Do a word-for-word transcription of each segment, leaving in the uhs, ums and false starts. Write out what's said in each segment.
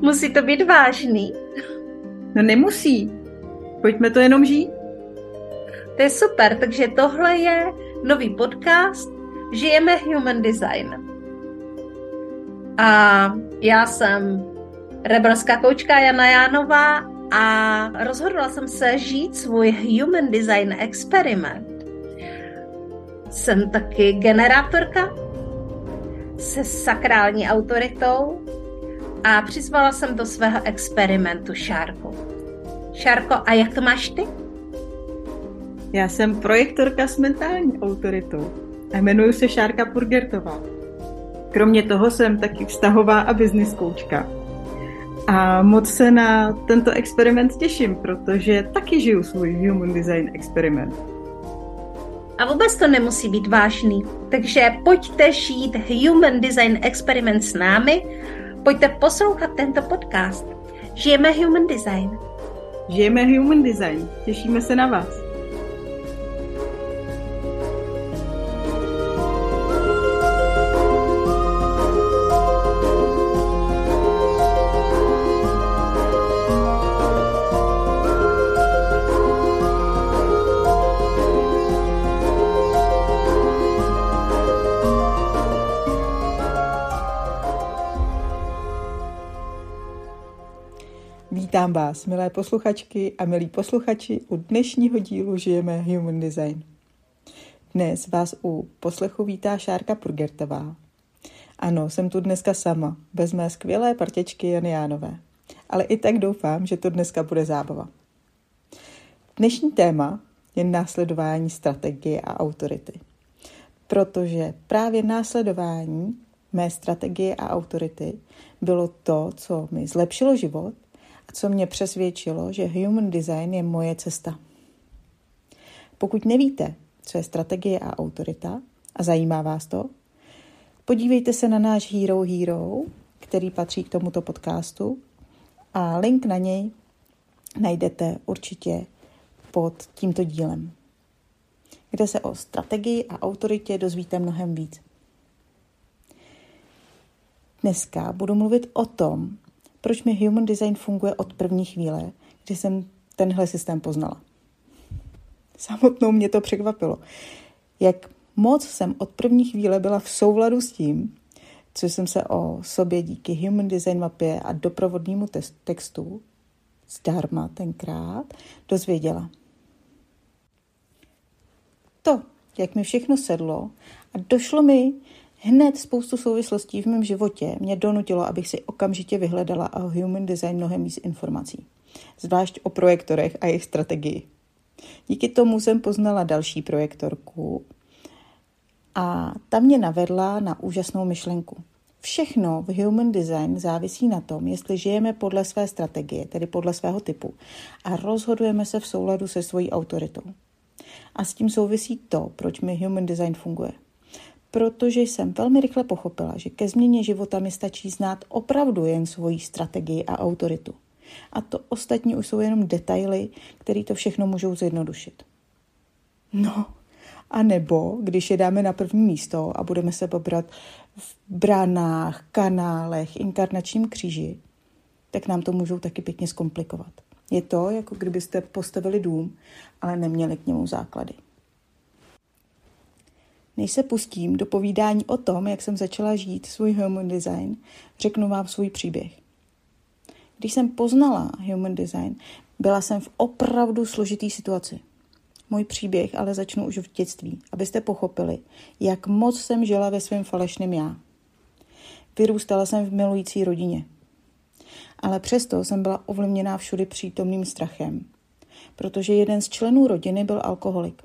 Musí to být vážný. No nemusí. Pojďme to jenom žít. To je super, takže tohle je nový podcast Žijeme Human Design. A já jsem rebelská koučka Jana Jánová a rozhodla jsem se žít svůj Human Design experiment. Jsem taky generátorka se sakrální autoritou a přizvala jsem do svého experimentu Šárku. Šárko, a jak to máš ty? Já jsem projektorka s mentální autoritou a jmenuji se Šárka Purgertová. Kromě toho jsem taky vztahová a business koučka. A moc se na tento experiment těším, protože taky žiju svůj Human Design experiment. A vůbec to nemusí být vážný. Takže pojďte žít Human Design experiment s námi, pojďte poslouchat tento podcast. Žijeme Human Design. Žijeme Human Design. Těšíme se na vás. Vítám vás, milé posluchačky a milí posluchači, u dnešního dílu Žijeme Human Design. Dnes vás u poslechu vítá Šárka Purgertová. Ano, jsem tu dneska sama, bez mé skvělé partěčky Jany Jánové. Ale i tak doufám, že to dneska bude zábava. Dnešní téma je následování strategie a autority. Protože právě následování mé strategie a autority bylo to, co mi zlepšilo život a co mě přesvědčilo, že Human Design je moje cesta. Pokud nevíte, co je strategie a autorita a zajímá vás to, podívejte se na náš Hero Hero, který patří k tomuto podcastu a link na něj najdete určitě pod tímto dílem, kde se o strategii a autoritě dozvíte mnohem víc. Dneska budu mluvit o tom, proč mi Human Design funguje od první chvíle, kdy jsem tenhle systém poznala. Samotnou mě to překvapilo. Jak moc jsem od první chvíle byla v souladu s tím, co jsem se o sobě díky Human Design mapě a doprovodnému textu zdarma tenkrát dozvěděla. To, jak mi všechno sedlo a došlo mi hned spoustu souvislostí v mém životě, mě donutilo, abych si okamžitě vyhledala o Human Design mnohem víc informací. Zvlášť o projektorech a jejich strategii. Díky tomu jsem poznala další projektorku a ta mě navedla na úžasnou myšlenku. Všechno v Human Design závisí na tom, jestli žijeme podle své strategie, tedy podle svého typu, a rozhodujeme se v souladu se svojí autoritou. A s tím souvisí to, proč mi Human Design funguje. Protože jsem velmi rychle pochopila, že ke změně života mi stačí znát opravdu jen svoji strategii a autoritu. A to ostatní už jsou jenom detaily, které to všechno můžou zjednodušit. No, a nebo, když je dáme na první místo a budeme se pobrat v branách, kanálech, inkarnačním kříži, tak nám to můžou taky pěkně zkomplikovat. Je to, jako kdybyste postavili dům, ale neměli k němu základy. Než se pustím do povídání o tom, jak jsem začala žít svůj Human Design, řeknu vám svůj příběh. Když jsem poznala Human Design, byla jsem v opravdu složitý situaci. Můj příběh ale začnu už v dětství, abyste pochopili, jak moc jsem žila ve svém falešném já. Vyrůstala jsem v milující rodině. Ale přesto jsem byla ovlivněná všudy přítomným strachem, protože jeden z členů rodiny byl alkoholik.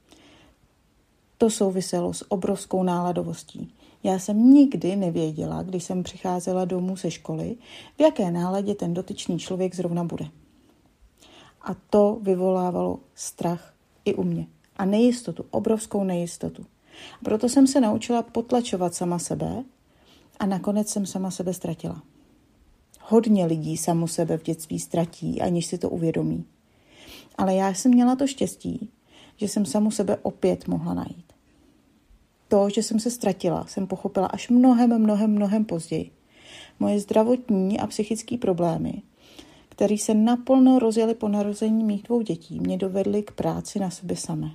To souviselo s obrovskou náladovostí. Já jsem nikdy nevěděla, když jsem přicházela domů ze školy, v jaké náladě ten dotyčný člověk zrovna bude. A to vyvolávalo strach i u mě. A nejistotu, obrovskou nejistotu. Proto jsem se naučila potlačovat sama sebe a nakonec jsem sama sebe ztratila. Hodně lidí samu sebe v dětství ztratí, aniž si to uvědomí. Ale já jsem měla to štěstí, že jsem samu sebe opět mohla najít. To, že jsem se ztratila, jsem pochopila až mnohem, mnohem, mnohem později. Moje zdravotní a psychické problémy, které se naplno rozjely po narození mých dvou dětí, mě dovedly k práci na sobě samé.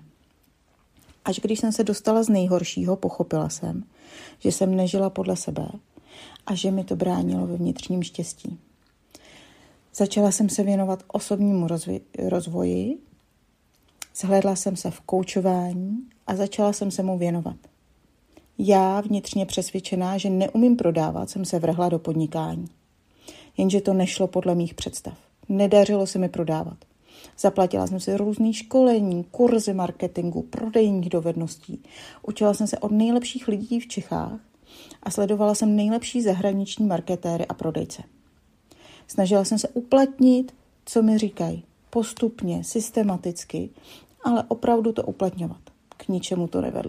Až když jsem se dostala z nejhoršího, pochopila jsem, že jsem nežila podle sebe a že mi to bránilo ve vnitřním štěstí. Začala jsem se věnovat osobnímu rozvi- rozvoji, zhlédla jsem se v koučování a začala jsem se mu věnovat. Já, vnitřně přesvědčená, že neumím prodávat, jsem se vrhla do podnikání. Jenže to nešlo podle mých představ. Nedařilo se mi prodávat. Zaplatila jsem si různý školení, kurzy marketingu, prodejních dovedností. Učila jsem se od nejlepších lidí v Čechách a sledovala jsem nejlepší zahraniční marketéry a prodejce. Snažila jsem se uplatnit, co mi říkají, postupně, systematicky, ale opravdu to uplatňovat. K ničemu to nevedlo.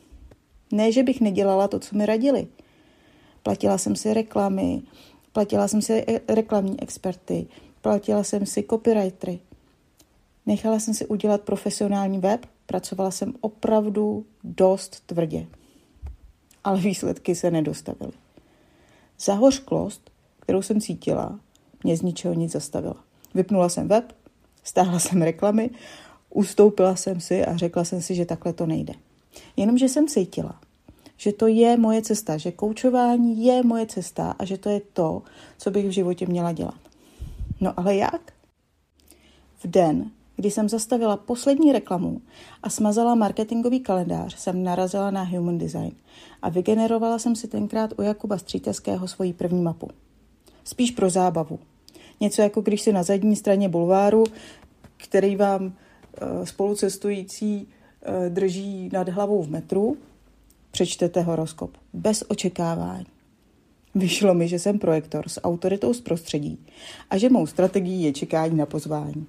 Ne, že bych nedělala to, co mi radili. Platila jsem si reklamy, platila jsem si reklamní experty, platila jsem si copywritery. Nechala jsem si udělat profesionální web, pracovala jsem opravdu dost tvrdě. Ale výsledky se nedostavily. Zahořklost, kterou jsem cítila, mě z ničeho nic zastavila. Vypnula jsem web, stáhla jsem reklamy, ustoupila jsem si a řekla jsem si, že takhle to nejde. Jenomže jsem cítila, že to je moje cesta, že koučování je moje cesta a že to je to, co bych v životě měla dělat. No ale jak? V den, kdy jsem zastavila poslední reklamu a smazala marketingový kalendář, jsem narazila na Human Design a vygenerovala jsem si tenkrát u Jakuba Stříteckého svoji první mapu. Spíš pro zábavu. Něco jako když si na zadní straně bulváru, který vám uh, spolucestující uh, drží nad hlavou v metru, přečtete horoskop. Bez očekávání. Vyšlo mi, že jsem projektor s autoritou z prostředí a že mou strategií je čekání na pozvání.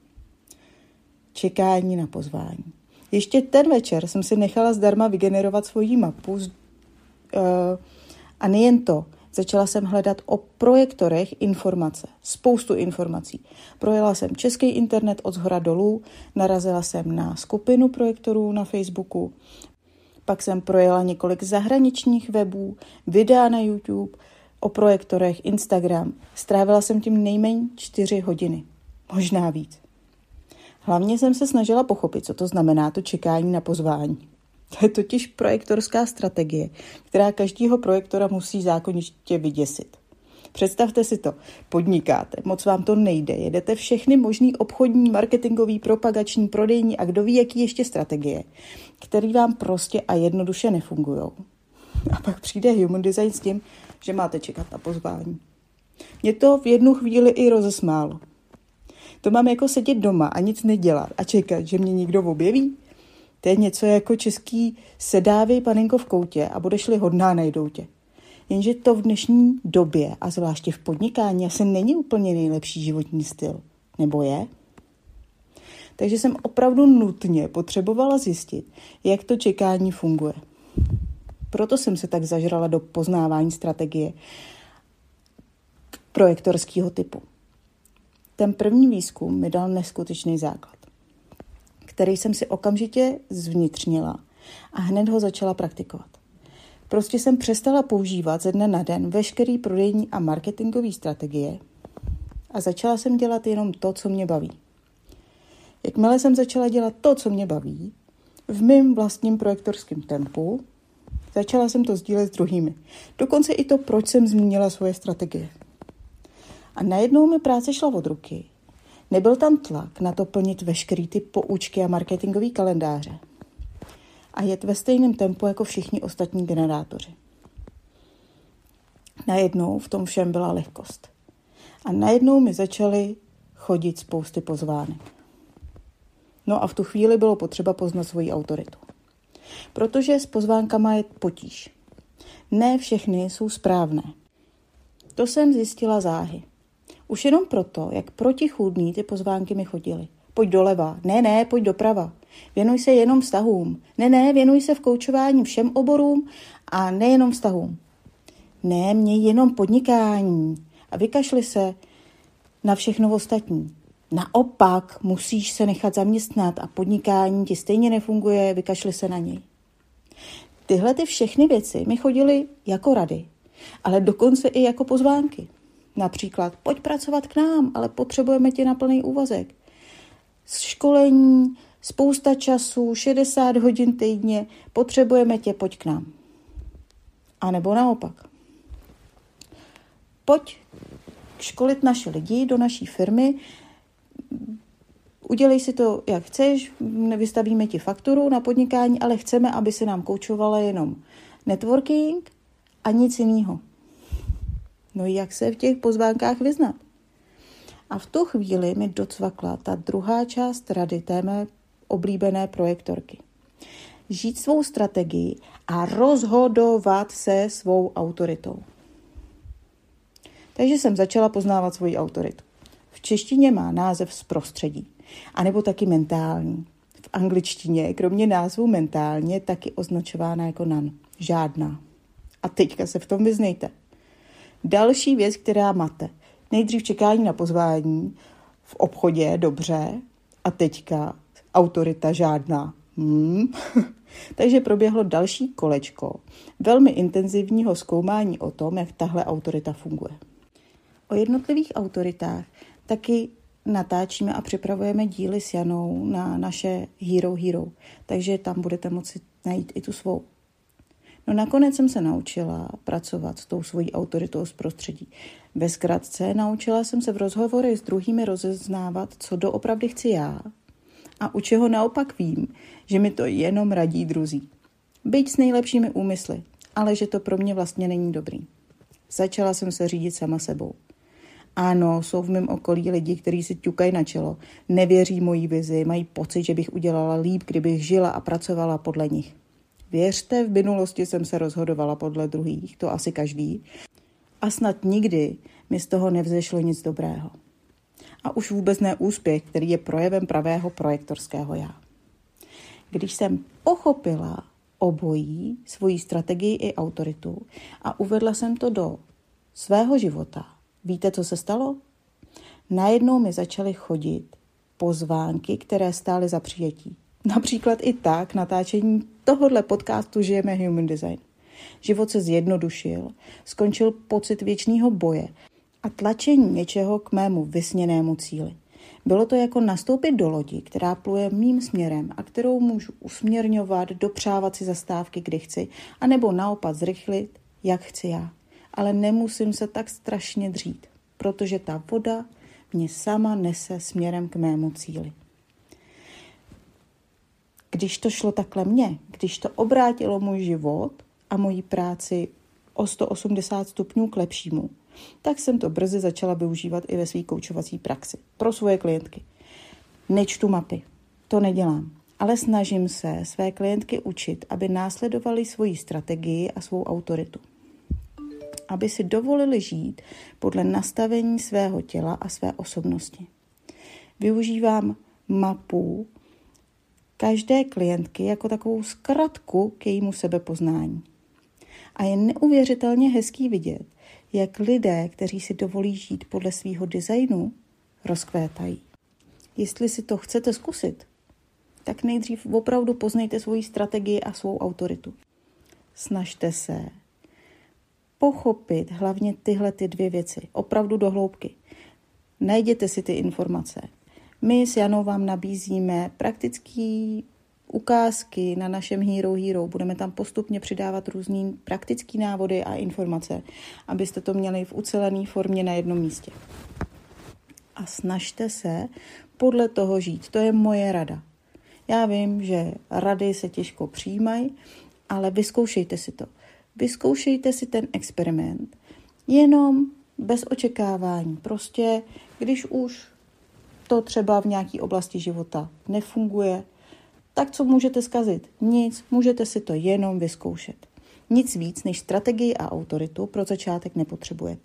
Čekání na pozvání. Ještě ten večer jsem si nechala zdarma vygenerovat svoji mapu uh, a nejen to, začala jsem hledat o projektorech informace, spoustu informací. Projela jsem český internet od zhora dolů, narazila jsem na skupinu projektorů na Facebooku, pak jsem projela několik zahraničních webů, videa na YouTube, o projektorech, Instagram. Strávila jsem tím nejméně čtyři hodiny, možná víc. Hlavně jsem se snažila pochopit, co to znamená to čekání na pozvání. To je totiž projektorská strategie, která každého projektora musí zákonitě vyděsit. Představte si to, podnikáte, moc vám to nejde, jedete všechny možný obchodní, marketingový, propagační, prodejní a kdo ví, jaký ještě strategie, které vám prostě a jednoduše nefungujou. A pak přijde Human Design s tím, že máte čekat na pozvání. Mě to v jednu chvíli i rozesmálo. To mám jako sedět doma a nic nedělat a čekat, že mě někdo objeví. To je něco jako český sedávej panenko v koutě a budeš-li hodná, najdou tě. Jenže to v dnešní době a zvláště v podnikání asi není úplně nejlepší životní styl. Nebo je? Takže jsem opravdu nutně potřebovala zjistit, jak to čekání funguje. Proto jsem se tak zažrala do poznávání strategie projektorského typu. Ten první výzkum mi dal neskutečný základ, který jsem si okamžitě zvnitřnila a hned ho začala praktikovat. Prostě jsem přestala používat ze dne na den veškerý prodejní a marketingové strategie a začala jsem dělat jenom to, co mě baví. Jakmile jsem začala dělat to, co mě baví, v mém vlastním projektorském tempu, začala jsem to sdílet s druhými. Dokonce i to, proč jsem zmínila svoje strategie. A najednou mi práce šla od ruky. Nebyl tam tlak na to plnit veškerý ty poučky a marketingový kalendáře. A jet ve stejném tempu jako všichni ostatní generátoři. Najednou v tom všem byla lehkost. A najednou mi začaly chodit spousty pozvánek. No a v tu chvíli bylo potřeba poznat svoji autoritu. Protože s pozvánkama je potíž. Ne všechny jsou správné. To jsem zjistila záhy. Už jenom proto, jak protichůdný ty pozvánky mi chodily. Pojď doleva, ne, ne, pojď doprava. Věnuj se jenom vztahům. Ne, ne, věnuj se v koučování všem oborům a nejenom vztahům. Ne, mě jenom podnikání. A vykašli se na všechno ostatní. Naopak musíš se nechat zaměstnat a podnikání ti stejně nefunguje, vykašli se na něj. Tyhle ty všechny věci mi chodily jako rady. ale dokonce i jako pozvánky. Například, pojď pracovat k nám, ale potřebujeme tě na plný úvazek. Školení, spousta času, šedesát hodin týdně, potřebujeme tě, pojď k nám. A nebo naopak. Pojď školit naše lidi do naší firmy, udělej si to, jak chceš, nevystavíme ti fakturu na podnikání, ale chceme, aby se nám koučovala jenom networking a nic jiného. No jak se v těch pozvánkách vyznat? A v tu chvíli mi docvakla ta druhá část rady té mé oblíbené projektorky. Žít svou strategii a rozhodovat se svou autoritou. Takže jsem začala poznávat svoji autoritu. V češtině má název zprostředí, anebo taky mentální. V angličtině, kromě názvu mentálně, je taky označována jako none, žádná. A teďka se v tom vyznejte. Další věc, která mate. Nejdřív čekání na pozvání, v obchodě dobře a teďka autorita žádná. Hmm. Takže proběhlo další kolečko velmi intenzivního zkoumání o tom, jak tahle autorita funguje. O jednotlivých autoritách taky natáčíme a připravujeme díly s Janou na naše Hero Hero, takže tam budete moci najít i tu svou. No nakonec jsem se naučila pracovat s tou svojí autoritou z prostředí. Ve zkratce naučila jsem se v rozhovorech s druhými rozeznávat, co doopravdy chci já a u čeho naopak vím, že mi to jenom radí druzí. Byť s nejlepšími úmysly, ale že to pro mě vlastně není dobrý. Začala jsem se řídit sama sebou. Ano, jsou v mém okolí lidi, kteří si ťukají na čelo, nevěří mojí vizi, mají pocit, že bych udělala líp, kdybych žila a pracovala podle nich. Věřte, v minulosti jsem se rozhodovala podle druhých, to asi každý, a snad nikdy mi z toho nevzešlo nic dobrého. A už vůbec ne úspěch, který je projevem pravého projektorského já. Když jsem pochopila obojí, svoji strategii i autoritu a uvedla jsem to do svého života, víte, co se stalo? Najednou mi začaly chodit pozvánky, které stály za přijetí. Například i tak natáčení tohohle podcastu Žijeme Human Design. Život se zjednodušil, skončil pocit věčného boje a tlačení něčeho k mému vysněnému cíli. Bylo to jako nastoupit do lodi, která pluje mým směrem a kterou můžu usměrňovat, dopřávat si zastávky, kdy chci, anebo naopak zrychlit, jak chci já. Ale nemusím se tak strašně dřít, protože ta voda mě sama nese směrem k mému cíli. Když to šlo takhle mně, když to obrátilo můj život a moji práci o sto osmdesát stupňů k lepšímu, tak jsem to brzy začala využívat i ve své koučovací praxi pro svoje klientky. Nečtu mapy, to nedělám, ale snažím se své klientky učit, aby následovali svoji strategii a svou autoritu. Aby si dovolili žít podle nastavení svého těla a své osobnosti. Využívám mapu každé klientky jako takovou zkratku k jejímu sebepoznání. A je neuvěřitelně hezký vidět, jak lidé, kteří si dovolí žít podle svého designu, rozkvétají. Jestli si to chcete zkusit, tak nejdřív opravdu poznejte svoji strategii a svou autoritu. Snažte se pochopit hlavně tyhle ty dvě věci, opravdu do hloubky. Najděte si ty informace. My s Janou vám nabízíme praktické ukázky na našem Hero Hero. Budeme tam postupně přidávat různý praktické návody a informace, abyste to měli v ucelené formě na jednom místě. A snažte se podle toho žít. To je moje rada. Já vím, že rady se těžko přijímají, ale vyzkoušejte si to. Vyzkoušejte si ten experiment. Jenom bez očekávání. Prostě, když už to třeba v nějaké oblasti života nefunguje, tak co můžete zkazit? Nic, můžete si to jenom vyzkoušet. Nic víc než strategii a autoritu pro začátek nepotřebujete.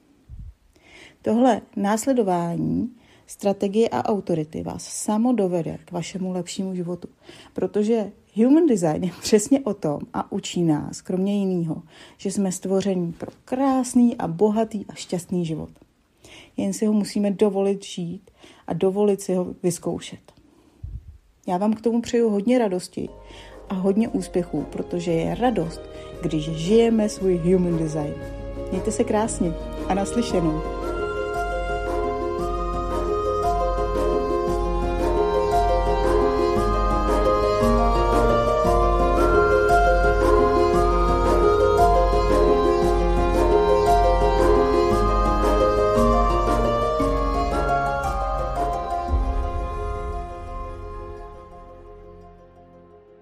Tohle následování strategie a autority vás samo dovede k vašemu lepšímu životu, protože Human Design je přesně o tom a učí nás, kromě jiného, že jsme stvoření pro krásný a bohatý a šťastný život. Jen si ho musíme dovolit žít a dovolit si ho vyzkoušet. Já vám k tomu přeju hodně radosti a hodně úspěchů, protože je radost, když žijeme svůj Human Design. Mějte se krásně a naslyšenou.